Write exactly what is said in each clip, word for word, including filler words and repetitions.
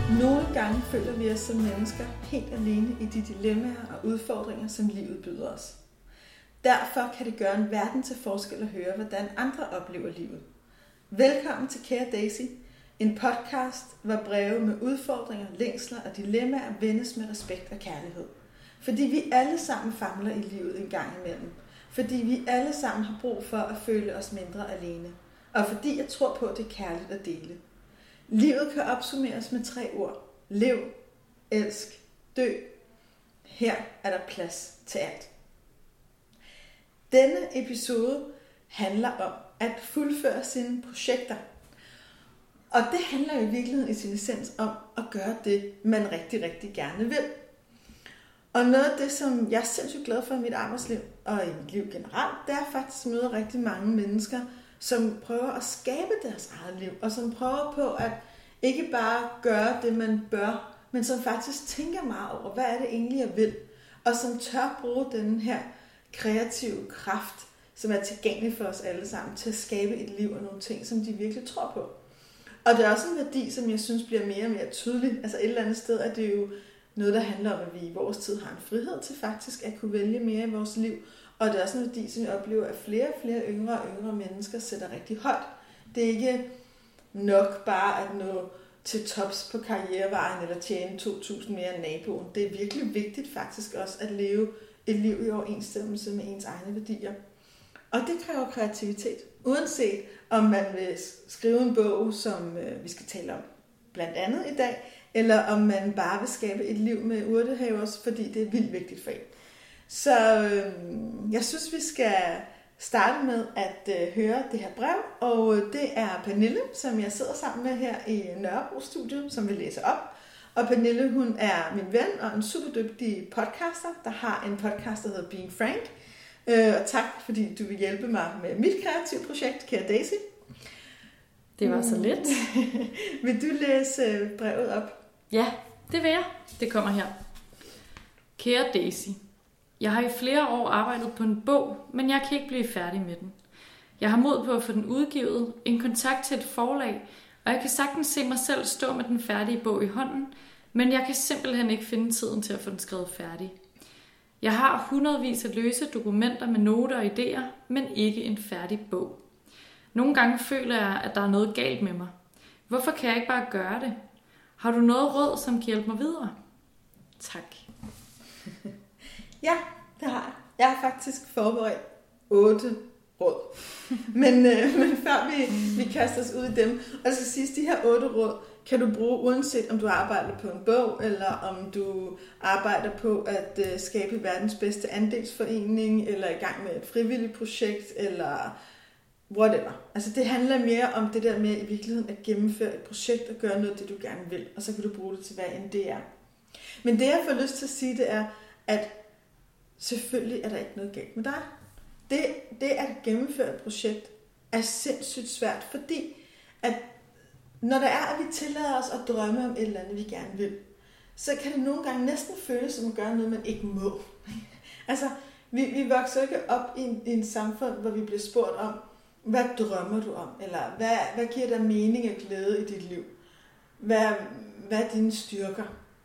Nogle gange føler vi os som mennesker helt alene i de dilemmaer og udfordringer, som livet byder os. Derfor kan det gøre en verden til forskel at høre, hvordan andre oplever livet. Velkommen til Kære Daisy, en podcast, hvor breve med udfordringer, længsler og dilemmaer vendes med respekt og kærlighed. Fordi vi alle sammen famler i livet en gang imellem. Fordi vi alle sammen har brug for at føle os mindre alene. Og fordi jeg tror på, at det er kærligt at dele. Livet kan opsummeres med tre ord. Lev, elsk, dø. Her er der plads til alt. Denne episode handler om at fuldføre sine projekter. Og det handler jo i virkeligheden i sin essens om at gøre det, man rigtig, rigtig gerne vil. Og noget af det, som jeg er sindssygt glad for i mit arbejdsliv og i mit liv generelt, det er faktisk at møde rigtig mange mennesker, som prøver at skabe deres eget liv, og som prøver på at ikke bare gøre det, man bør, men som faktisk tænker meget over, hvad er det egentlig, jeg vil, og som tør bruge den her kreative kraft, som er tilgængelig for os alle sammen, til at skabe et liv og nogle ting, som de virkelig tror på. Og det er også en værdi, som jeg synes bliver mere og mere tydelig. Altså et eller andet sted er det jo noget, der handler om, at vi i vores tid har en frihed til faktisk at kunne vælge mere i vores liv. Og det er også en værdi, som jeg oplever, at flere og flere yngre og yngre mennesker sætter rigtig højt. Det er ikke nok bare at nå til tops på karrierevejen eller tjene to tusind mere end naboen. Det er virkelig vigtigt faktisk også at leve et liv i overensstemmelse med ens egne værdier. Og det kræver kreativitet. Uanset om man vil skrive en bog, som vi skal tale om blandt andet i dag, eller om man bare vil skabe et liv med urtehavers, fordi det er vildt vigtigt for en. Så øh, jeg synes, vi skal starte med at øh, høre det her brev, og det er Pernille, som jeg sidder sammen med her i Nørrebro Studio, som vil læse op. Og Pernille, hun er min ven og en super dygtig podcaster, der har en podcast, der hedder Being Frank. Øh, og tak, fordi du vil hjælpe mig med mit kreative projekt, Kære Daisy. Det var så let. Vil du læse brevet op? Ja, det vil jeg. Det kommer her. Kære Daisy, jeg har i flere år arbejdet på en bog, men jeg kan ikke blive færdig med den. Jeg har mod på at få den udgivet, en kontakt til et forlag, og jeg kan sagtens se mig selv stå med den færdige bog i hånden, men jeg kan simpelthen ikke finde tiden til at få den skrevet færdig. Jeg har hundredvis af løse dokumenter med noter og idéer, men ikke en færdig bog. Nogle gange føler jeg, at der er noget galt med mig. Hvorfor kan jeg ikke bare gøre det? Har du noget råd, som kan hjælpe mig videre? Tak. Ja, det har jeg. Jeg har faktisk forberedt otte råd. Men, øh, men før vi, vi kaster os ud i dem, og så sidst, de her otte råd kan du bruge, uanset om du arbejder på en bog, eller om du arbejder på at øh, skabe verdens bedste andelsforening, eller i gang med et frivilligt projekt, eller whatever. Altså det handler mere om det der med i virkeligheden at gennemføre et projekt og gøre noget, det du gerne vil, og så kan du bruge det til hvad end det er. Men det jeg får lyst til at sige, det er, at selvfølgelig er der ikke noget galt med dig. Det, det at gennemføre et projekt er sindssygt svært, fordi at når der er, at vi tillader os at drømme om et eller andet, vi gerne vil, så kan det nogle gange næsten føles som at gøre noget, man ikke må. Altså, vi, vi vokser ikke op i en, i en samfund, hvor vi bliver spurgt om, hvad drømmer du om? Eller hvad, hvad giver dig mening og glæde i dit liv? Hvad, hvad er dine styrker?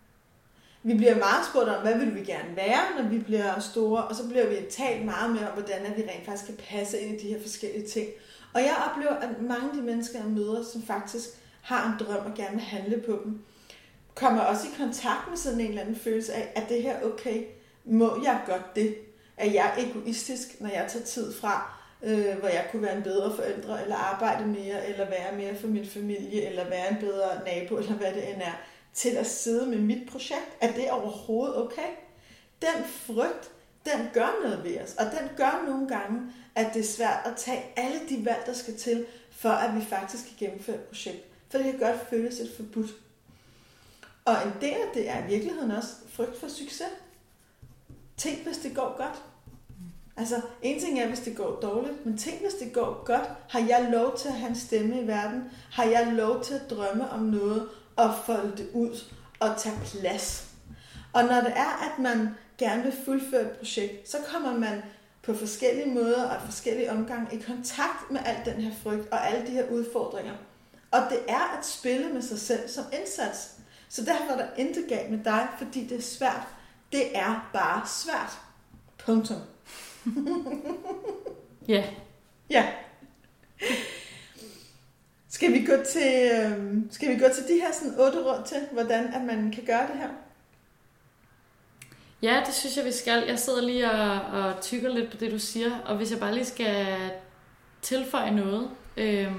Vi bliver meget spurgt om, hvad vil vi gerne være, når vi bliver store, og så bliver vi talt meget mere om, hvordan vi rent faktisk kan passe ind i de her forskellige ting. Og jeg oplever, at mange af de mennesker, jeg møder, som faktisk har en drøm og gerne vil handle på dem, kommer også i kontakt med sådan en eller anden følelse af, at det her okay, må jeg godt det? Er jeg egoistisk, når jeg tager tid fra, øh, hvor jeg kunne være en bedre forældre, eller arbejde mere, eller være mere for min familie, eller være en bedre nabo, eller hvad det end er, til at sidde med mit projekt? Er det overhovedet okay? Den frygt, den gør noget ved os, og den gør nogle gange, at det er svært at tage alle de valg, der skal til, for at vi faktisk kan gennemføre et projekt. For det kan godt føles et forbudt. Og en del af det er i virkeligheden også frygt for succes. Tænk, hvis det går godt. Altså, en ting er, hvis det går dårligt, men tænk, hvis det går godt. Har jeg lov til at have en stemme i verden? Har jeg lov til at drømme om noget og folde det ud og tage plads? Og når det er, at man gerne vil fuldføre et projekt, så kommer man på forskellige måder og forskellige omgange i kontakt med al den her frygt og alle de her udfordringer. Og det er at spille med sig selv som indsats. Så derfor er der intet galt med dig, fordi det er svært. Det er bare svært. Punktum. Ja. Ja. Skal vi gå til, øh, skal vi gå til de her sådan otte råd til, hvordan at man kan gøre det her? Ja, det synes jeg, vi skal. Jeg sidder lige og, og tykker lidt på det, du siger, og hvis jeg bare lige skal tilføje noget, øh,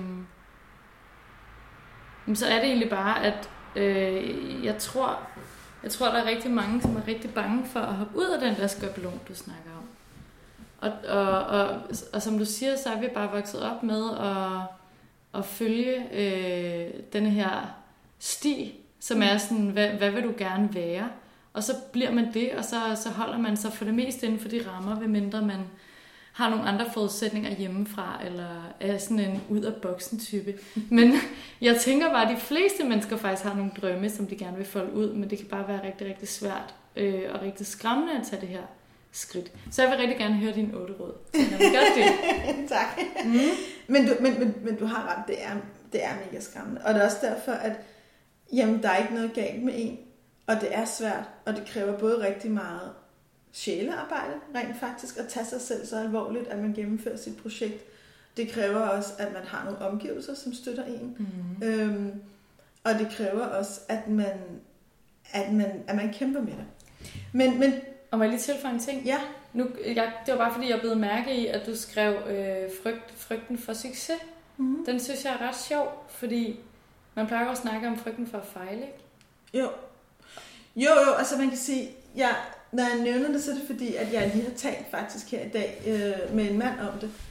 så er det egentlig bare, at øh, jeg tror, jeg tror, der er rigtig mange, som er rigtig bange for at hoppe ud af den der skabelon, du snakker om. Og, og, og, og som du siger, så er vi bare vokset op med at, at følge øh, denne her sti, som er sådan, hvad, hvad vil du gerne være? Og så bliver man det, og så, så holder man sig for det meste inden for de rammer, ved mindre man har nogle andre forudsætninger hjemmefra, eller er sådan en ud af boksen type. Men jeg tænker bare, at de fleste mennesker faktisk har nogle drømme, som de gerne vil folde ud, men det kan bare være rigtig, rigtig svært øh, og rigtig skræmmende at tage det her skridt. Så jeg vil rigtig gerne høre dine otte råd. Så jeg vil gøre det. Tak. Mm. Men, du, men, men, men du har ret, det er, det er mega skræmmende. Og det er også derfor, at jamen, der er ikke noget galt med en, og det er svært, og det kræver både rigtig meget sjælearbejde, rent faktisk, at tage sig selv så alvorligt, at man gennemfører sit projekt. Det kræver også, at man har nogle omgivelser, som støtter en. Mm-hmm. Øhm, og det kræver også, at man, at man, at man kæmper med det. Men, men og må jeg lige tilføje en ting? Ja. Nu, jeg, det var bare fordi, jeg blev mærke i, at du skrev øh, frygt, frygten for succes. Mm-hmm. Den synes jeg er ret sjov, fordi man plejer at snakke om frygten for at fejle, ikke? Jo. Jo, jo, altså man kan sige, ja, når jeg nævner det, så er det fordi, at jeg lige har talt faktisk her i dag øh, med en mand om det.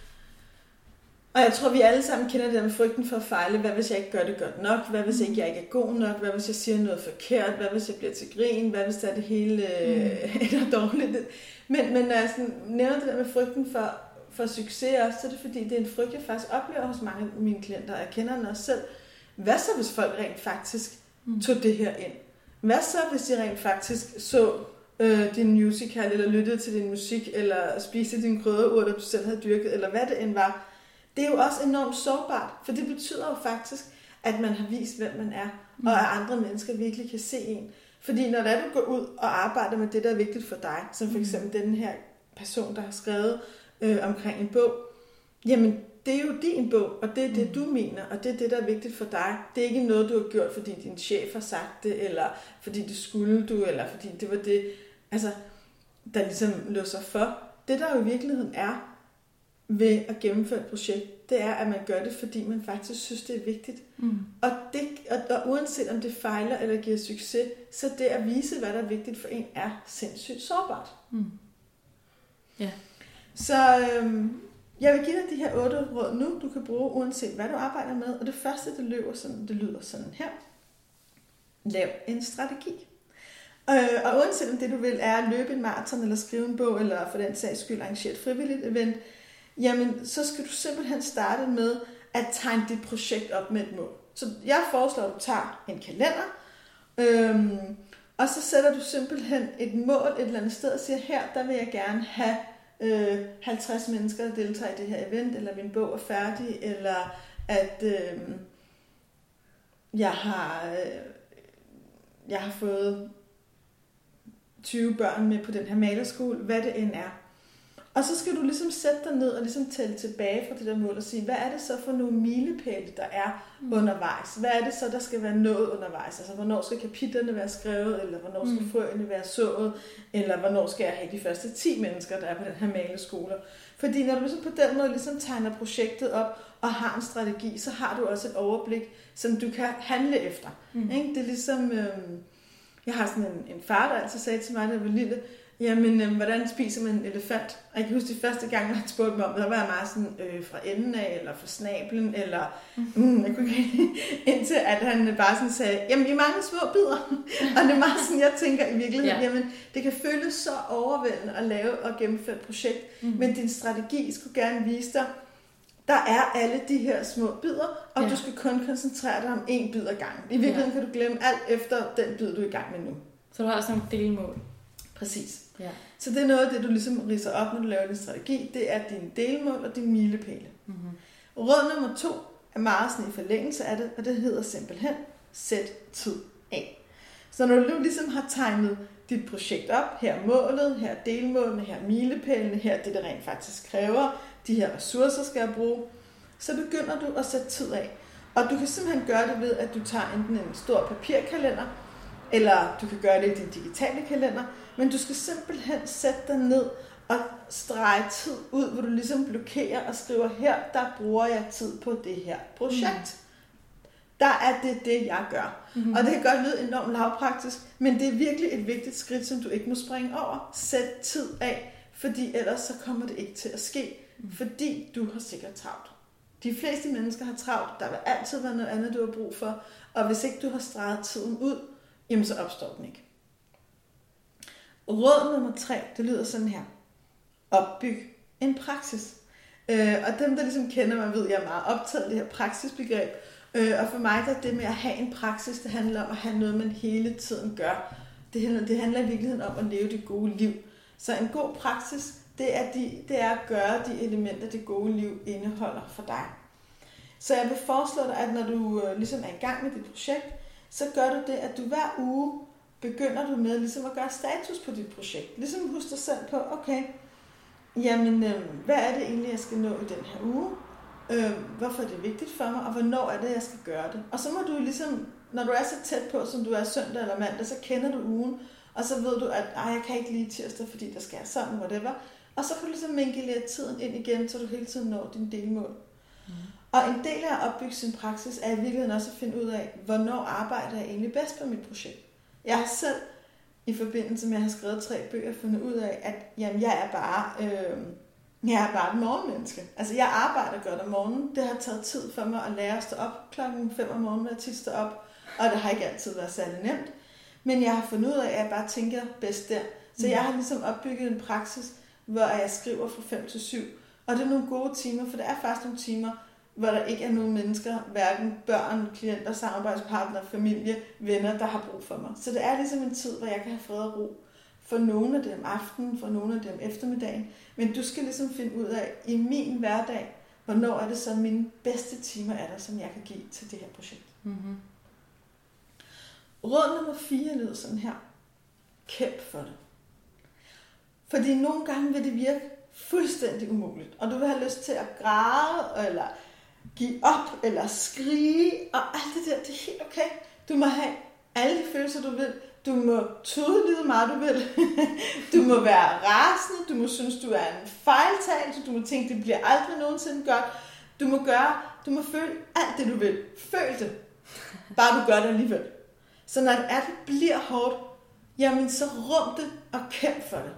Og jeg tror, vi alle sammen kender det der med frygten for at fejle. Hvad hvis jeg ikke gør det godt nok? Hvad hvis jeg ikke, jeg ikke er god nok? Hvad hvis jeg siger noget forkert? Hvad hvis jeg bliver til grin? Hvad hvis det er det hele øh, mm. er dårligt? Men, men når jeg sådan nævner det der med frygten for, for succes også, så er det fordi, det er en frygt, jeg faktisk oplever hos mange af mine klienter, og jeg kender den også selv. Hvad så, hvis folk rent faktisk mm. tog det her ind? Hvad så, hvis de rent faktisk så øh, din musical, eller lyttede til din musik, eller spiste dine krydderurter, du selv havde dyrket, eller hvad det end var? Det er jo også enormt sårbart, for det betyder jo faktisk, at man har vist, hvem man er, og at andre mennesker virkelig kan se en. Fordi når du går ud og arbejder med det, der er vigtigt for dig, som for eksempel den her person, der har skrevet øh, omkring en bog, jamen det er jo din bog, og det er det, du mener, og det er det, der er vigtigt for dig. Det er ikke noget, du har gjort, fordi din chef har sagt det, eller fordi det skulle du, eller fordi det var det, altså, der ligesom lå sig for. Det, der jo i virkeligheden er ved at gennemføre et projekt, det er, at man gør det, fordi man faktisk synes, det er vigtigt. Mm. Og, det, og, og uanset om det fejler eller giver succes, så det at vise, hvad der er vigtigt for en, er sindssygt sårbart. Mm. Ja. Så øhm, jeg vil give dig de her otte råd nu, du kan bruge, uanset hvad du arbejder med. Og det første, det, løber sådan, det lyder sådan her. Lav en strategi. Øh, og uanset om det, du vil, er at løbe en maraton, eller skrive en bog, eller for den sags skyld arrangere et frivilligt event, jamen, så skal du simpelthen starte med at tegne dit projekt op med et mål. Så jeg foreslår, at du tager en kalender, øhm, og så sætter du simpelthen et mål et eller andet sted og siger, her, der vil jeg gerne have øh, halvtreds mennesker, der deltager i det her event, eller min bog er færdig, eller at øh, jeg har øh, jeg har fået tyve børn med på den her malerskole, hvad det end er. Og så skal du ligesom sætte dig ned og ligesom tælle tilbage fra det der mål og sige, hvad er det så for nogle milepæle, der er mm. undervejs? Hvad er det så, der skal være nået undervejs? Altså, hvornår skal kapitlerne være skrevet, eller hvornår skal mm. frøene være sået, eller hvornår skal jeg have de første ti mennesker, der er på den her maleskole? Fordi når du ligesom på den måde ligesom tegner projektet op og har en strategi, så har du også et overblik, som du kan handle efter. Mm. Ikke? Det er ligesom, øh, jeg har sådan en, en far, der altid sagde til mig, da jeg var lille, jamen, øh, hvordan spiser man en elefant? Og jeg kan huske, de første gang, han spurgte mig om, der var jeg meget sådan, øh, fra enden af, eller fra snablen, eller mm, jeg kunne ikke indtil at han bare sådan sagde, jamen, i mange små bidder. Og det er meget sådan, jeg tænker i virkeligheden, ja. Jamen, det kan føles så overvældende at lave og gennemføre et projekt, mm. men din strategi skulle gerne vise dig, der er alle de her små bidder, og ja. Du skal kun koncentrere dig om én bid ad gangen. I virkeligheden ja. Kan du glemme alt efter den bid, du er i gang med nu. Så du har sådan et delmål. Præcis. Ja. Så det er noget af det, du ligesom ridser op, når du laver din strategi. Det er dine delmål og dine milepæle. Mm-hmm. Råd nummer to er meget sådan i forlængelse af det, og det hedder simpelthen sæt tid af. Så når du ligesom har tegnet dit projekt op, her er målet, her er delmålene, her er milepælene, her er det, der rent faktisk kræver, de her ressourcer skal jeg bruge, så begynder du at sætte tid af. Og du kan simpelthen gøre det ved, at du tager enten en stor papirkalender, eller du kan gøre det i din digitale kalender, men du skal simpelthen sætte dig ned og strege tid ud, hvor du ligesom blokerer og skriver, her der bruger jeg tid på det her projekt. Mm. Der er det det, jeg gør. Mm-hmm. Og det kan godt lyde enormt lavpraktisk, men det er virkelig et vigtigt skridt, som du ikke må springe over. Sæt tid af, fordi ellers så kommer det ikke til at ske, mm. fordi du har sikkert travlt. De fleste mennesker har travlt, der vil altid være noget andet, du har brug for, og hvis ikke du har streget tiden ud, jamen så opstår den ikke. Råd nummer tre, det lyder sådan her. Opbyg en praksis. Øh, og dem, der ligesom kender mig, ved, jeg er meget optaget af det her praksisbegreb. Øh, og for mig, der er det med at have en praksis, det handler om at have noget, man hele tiden gør. Det handler, det handler i virkeligheden om at leve det gode liv. Så en god praksis, det er, de, det er at gøre de elementer, det gode liv indeholder for dig. Så jeg vil foreslå dig, at når du øh, ligesom er i gang med dit projekt, så gør du det, at du hver uge begynder du med ligesom at gøre status på dit projekt. Ligesom husk dig selv på, okay, jamen, øh, hvad er det egentlig, jeg skal nå i den her uge? Øh, hvorfor er det vigtigt for mig, og hvornår er det, jeg skal gøre det? Og så må du ligesom, når du er så tæt på, som du er søndag eller mandag, så kender du ugen, og så ved du, at ej, jeg kan ikke lige tirsdag, fordi der skal jeg sådan, whatever. Og så kan du ligesom mingelere tiden ind igen, så du hele tiden når dine delmål. Mm. Og en del af at opbygge sin praksis er i virkeligheden også at finde ud af, hvornår arbejder jeg egentlig bedst på mit projekt. Jeg har selv i forbindelse med, at jeg har skrevet tre bøger, fundet ud af, at jamen, jeg er bare øh, jeg er bare et morgenmenneske. Altså jeg arbejder godt om morgenen. Det har taget tid for mig at lære at stå op klokken fem om morgenen, når jeg tit står op. Og det har ikke altid været særlig nemt. Men jeg har fundet ud af, at jeg bare tænker bedst der. Så jeg har ligesom opbygget en praksis, hvor jeg skriver fra fem til syv. Og det er nogle gode timer, for det er faktisk nogle timer, hvor der ikke er nogen mennesker, hverken børn, klienter, samarbejdspartnere, familie, venner, der har brug for mig. Så det er ligesom en tid, hvor jeg kan have fred og ro. For nogle af dem om aftenen, for nogle af dem om eftermiddagen. Men du skal ligesom finde ud af, i min hverdag, hvornår er det så mine bedste timer er der, som jeg kan give til det her projekt. Mm-hmm. Råd nummer fire lyder sådan her. Kæmp for det. Fordi nogle gange vil det virke fuldstændig umuligt, og du vil have lyst til at græde, eller give op, eller skrige, og alt det der, det er helt okay. Du må have alle de følelser, du vil. Du må tude lige meget, du vil. Du må være rasende, du må synes, du er en fejltagelse, du må tænke, det bliver aldrig nogensinde godt. Du må gøre, du må føle alt det, du vil. Føl det. Bare du gør det alligevel. Så når det bliver hårdt, jamen så rum det og kæmp for det.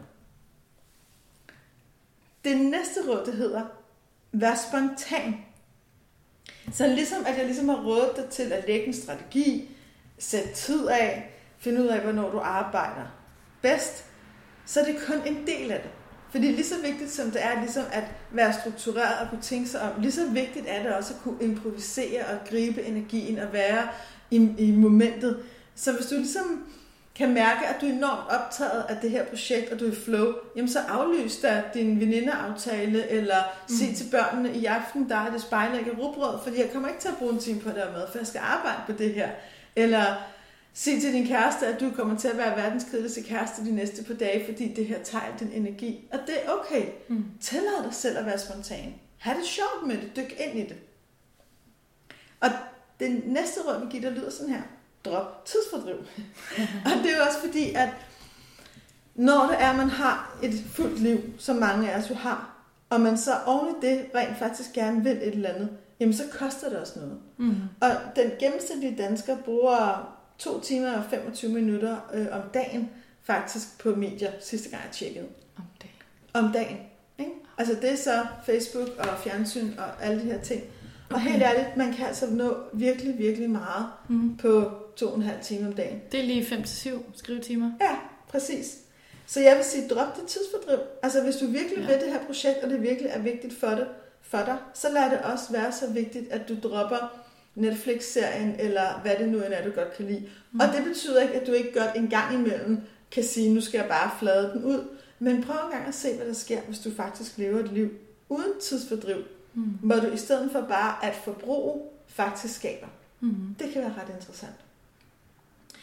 Det næste råd, det hedder, vær spontan. Så ligesom at jeg ligesom har rådet dig til at lægge en strategi, sætte tid af, finde ud af, hvornår du arbejder bedst, så er det kun en del af det. Fordi lige så vigtigt som det er ligesom at være struktureret og kunne tænke sig om, lige så vigtigt er det også at kunne improvisere og gribe energien og være i, i momentet. Så hvis du ligesom kan mærke, at du er enormt optaget af det her projekt, og du er i flow, jamen så aflys dig din venindeaftale, eller mm. sig til børnene i aften, der er det spejlæg og rugbrød, fordi jeg kommer ikke til at bruge en time på det her mad, for jeg skal arbejde på det her. Eller sig til din kæreste, at du kommer til at være verdens kedeligste kæreste de næste par dage, fordi det her tager din energi. Og det er okay. Mm. Tillad dig selv at være spontan. Ha' det sjovt med det. Dyk ind i det. Og det næste råd, vi giver dig, lyder sådan her. Drop tidsfordriv. Og det er jo også fordi, at når det er, at man har et fuldt liv, som mange af os jo har, og man så oven i det rent faktisk gerne vil et eller andet, jamen så koster det også noget. Mm. Og den gennemsnitlige dansker bruger to timer og femogtyve minutter øh, om dagen faktisk på medier, sidste gang jeg tjekkede. Om dagen. Om dagen. Ikke? Altså det er så Facebook og fjernsyn og alle de her ting. Okay. Og helt ærligt, man kan altså nå virkelig, virkelig meget mm. på to og en halv time om dagen. Det er lige fem til syv skrivetimer. Ja, præcis. Så jeg vil sige, drop det tidsfordriv. Altså hvis du virkelig ja. vil det her projekt, og det virkelig er vigtigt for, det, for dig, så lad det også være så vigtigt, at du dropper Netflix-serien, eller hvad det nu end er, du godt kan lide. Mm. Og det betyder ikke, at du ikke godt en gang imellem kan sige, nu skal jeg bare flade den ud. Men prøv en gang at se, hvad der sker, hvis du faktisk lever et liv uden tidsfordriv. Mm. Hvor du i stedet for bare at forbruge, faktisk skaber. Mm. Det kan være ret interessant.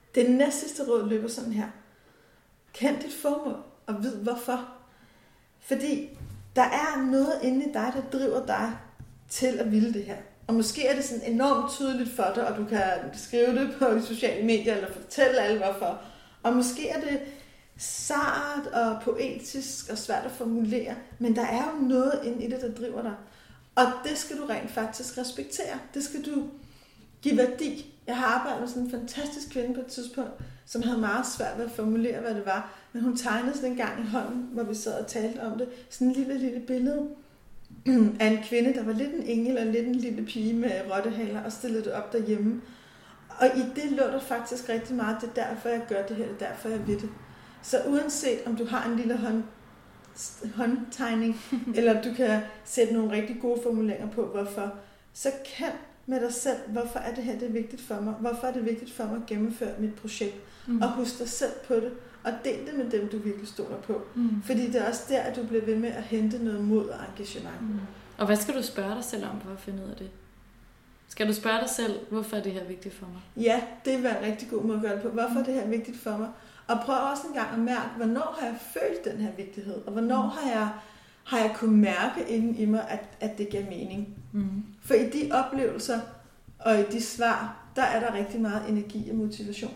Det næste råd løber sådan her. Kend dit formål og vid hvorfor. Fordi der er noget inde i dig, der driver dig til at ville det her. Og måske er det sådan enormt tydeligt for dig, og du kan skrive det på sociale medier, eller fortælle alle hvorfor. Og måske er det sart og poetisk og svært at formulere, men der er jo noget inde i det, der driver dig. Og det skal du rent faktisk respektere. Det skal du give værdi. Jeg har arbejdet med sådan en fantastisk kvinde på et tidspunkt, som havde meget svært ved at formulere, hvad det var. Men hun tegnede sådan en gang i hånden, hvor vi sad og talte om det. Sådan en lille, lille billede af en kvinde, der var lidt en engel og lidt en lille pige med rottehaler og stillede det op derhjemme. Og i det lå der faktisk rigtig meget. Det er derfor, jeg gør det her. Det er derfor, jeg ved det. Så uanset om du har en lille hånd, håndtegning, eller du kan sætte nogle rigtig gode formuleringer på, hvorfor, så kan med dig selv, hvorfor er det her det er vigtigt for mig? Hvorfor er det vigtigt for mig at gennemføre mit projekt? Mm. Og husk dig selv på det, og del det med dem, du virkelig stoler på. Mm. Fordi det er også der, at du bliver ved med at hente noget mod og engagement. Mm. Og hvad skal du spørge dig selv om for at finde ud af det? Skal du spørge dig selv, hvorfor er det her vigtigt for mig? Ja, det vil være en rigtig god måde at gøre det på. Hvorfor er det her vigtigt for mig? Og prøv også en gang at mærke, hvornår har jeg følt den her vigtighed? Og hvornår mm. har jeg, har jeg kunnet mærke inden i mig, at, at det giver mening? Mm. For i de oplevelser og i de svar, der er der rigtig meget energi og motivation.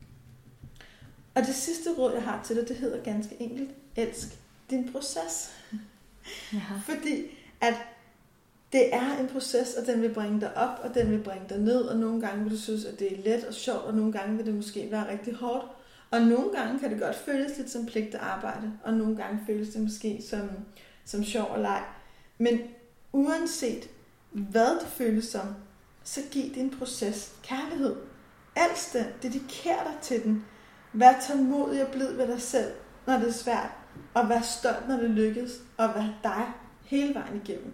Og det sidste råd, jeg har til dig, det hedder ganske enkelt, elsk din proces. Jaha. Fordi at det er en proces, og den vil bringe dig op, og den vil bringe dig ned, og nogle gange vil du synes, at det er let og sjovt, og nogle gange vil det måske være rigtig hårdt. Og nogle gange kan det godt føles lidt som pligt at arbejde, og nogle gange føles det måske som, som sjov og leg. Men uanset hvad det føles som, så giv din proces kærlighed. Elsk den, dediker dig til den. Vær tålmodig og blid ved dig selv, når det er svært, og vær stolt, når det lykkes, og vær dig hele vejen igennem.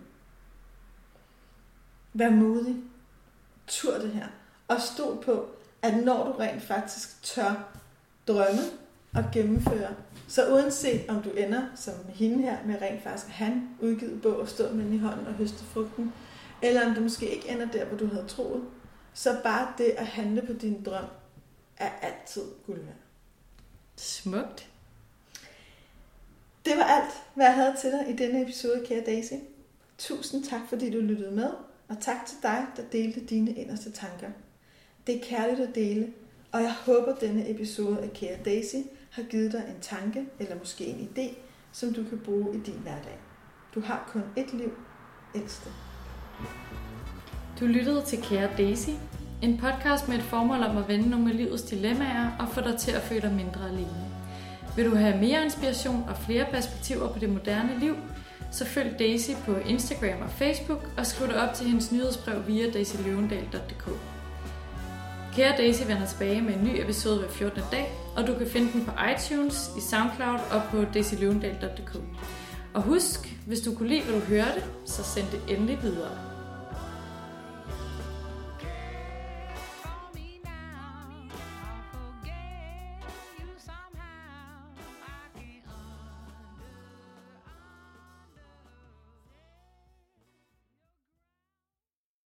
Vær modig. Tur det her. Og stol på, at når du rent faktisk tør drømme og gennemføre, så uanset om du ender som hende her med rent faktisk at have en udgivet bog og stå med den i hånden og høste frugten, eller om du måske ikke ender der, hvor du havde troet, så bare det at handle på din drøm er altid guld værd. Smukt. Det var alt, hvad jeg havde til dig i denne episode, kære Daisy. Tusind tak, fordi du lyttede med, og tak til dig, der delte dine inderste tanker. Det er kærligt at dele, og jeg håber, at denne episode af Kære Daisy har givet dig en tanke, eller måske en idé, som du kan bruge i din hverdag. Du har kun ét liv. Elsk det. Du lyttede til Kære Daisy, en podcast med et formål om at vende nogle af livets dilemmaer og få dig til at føle dig mindre alene. Vil du have mere inspiration og flere perspektiver på det moderne liv, så følg Daisy på Instagram og Facebook og skriv dig op til hendes nyhedsbrev via daisy løvendal punktum d k. Kære Daisy vender tilbage med en ny episode hver fjortende dag, og du kan finde den på iTunes, i SoundCloud og på daisy løvendal punktum d k. Og husk, hvis du kunne lide, hvad du hørte, så send det endelig videre.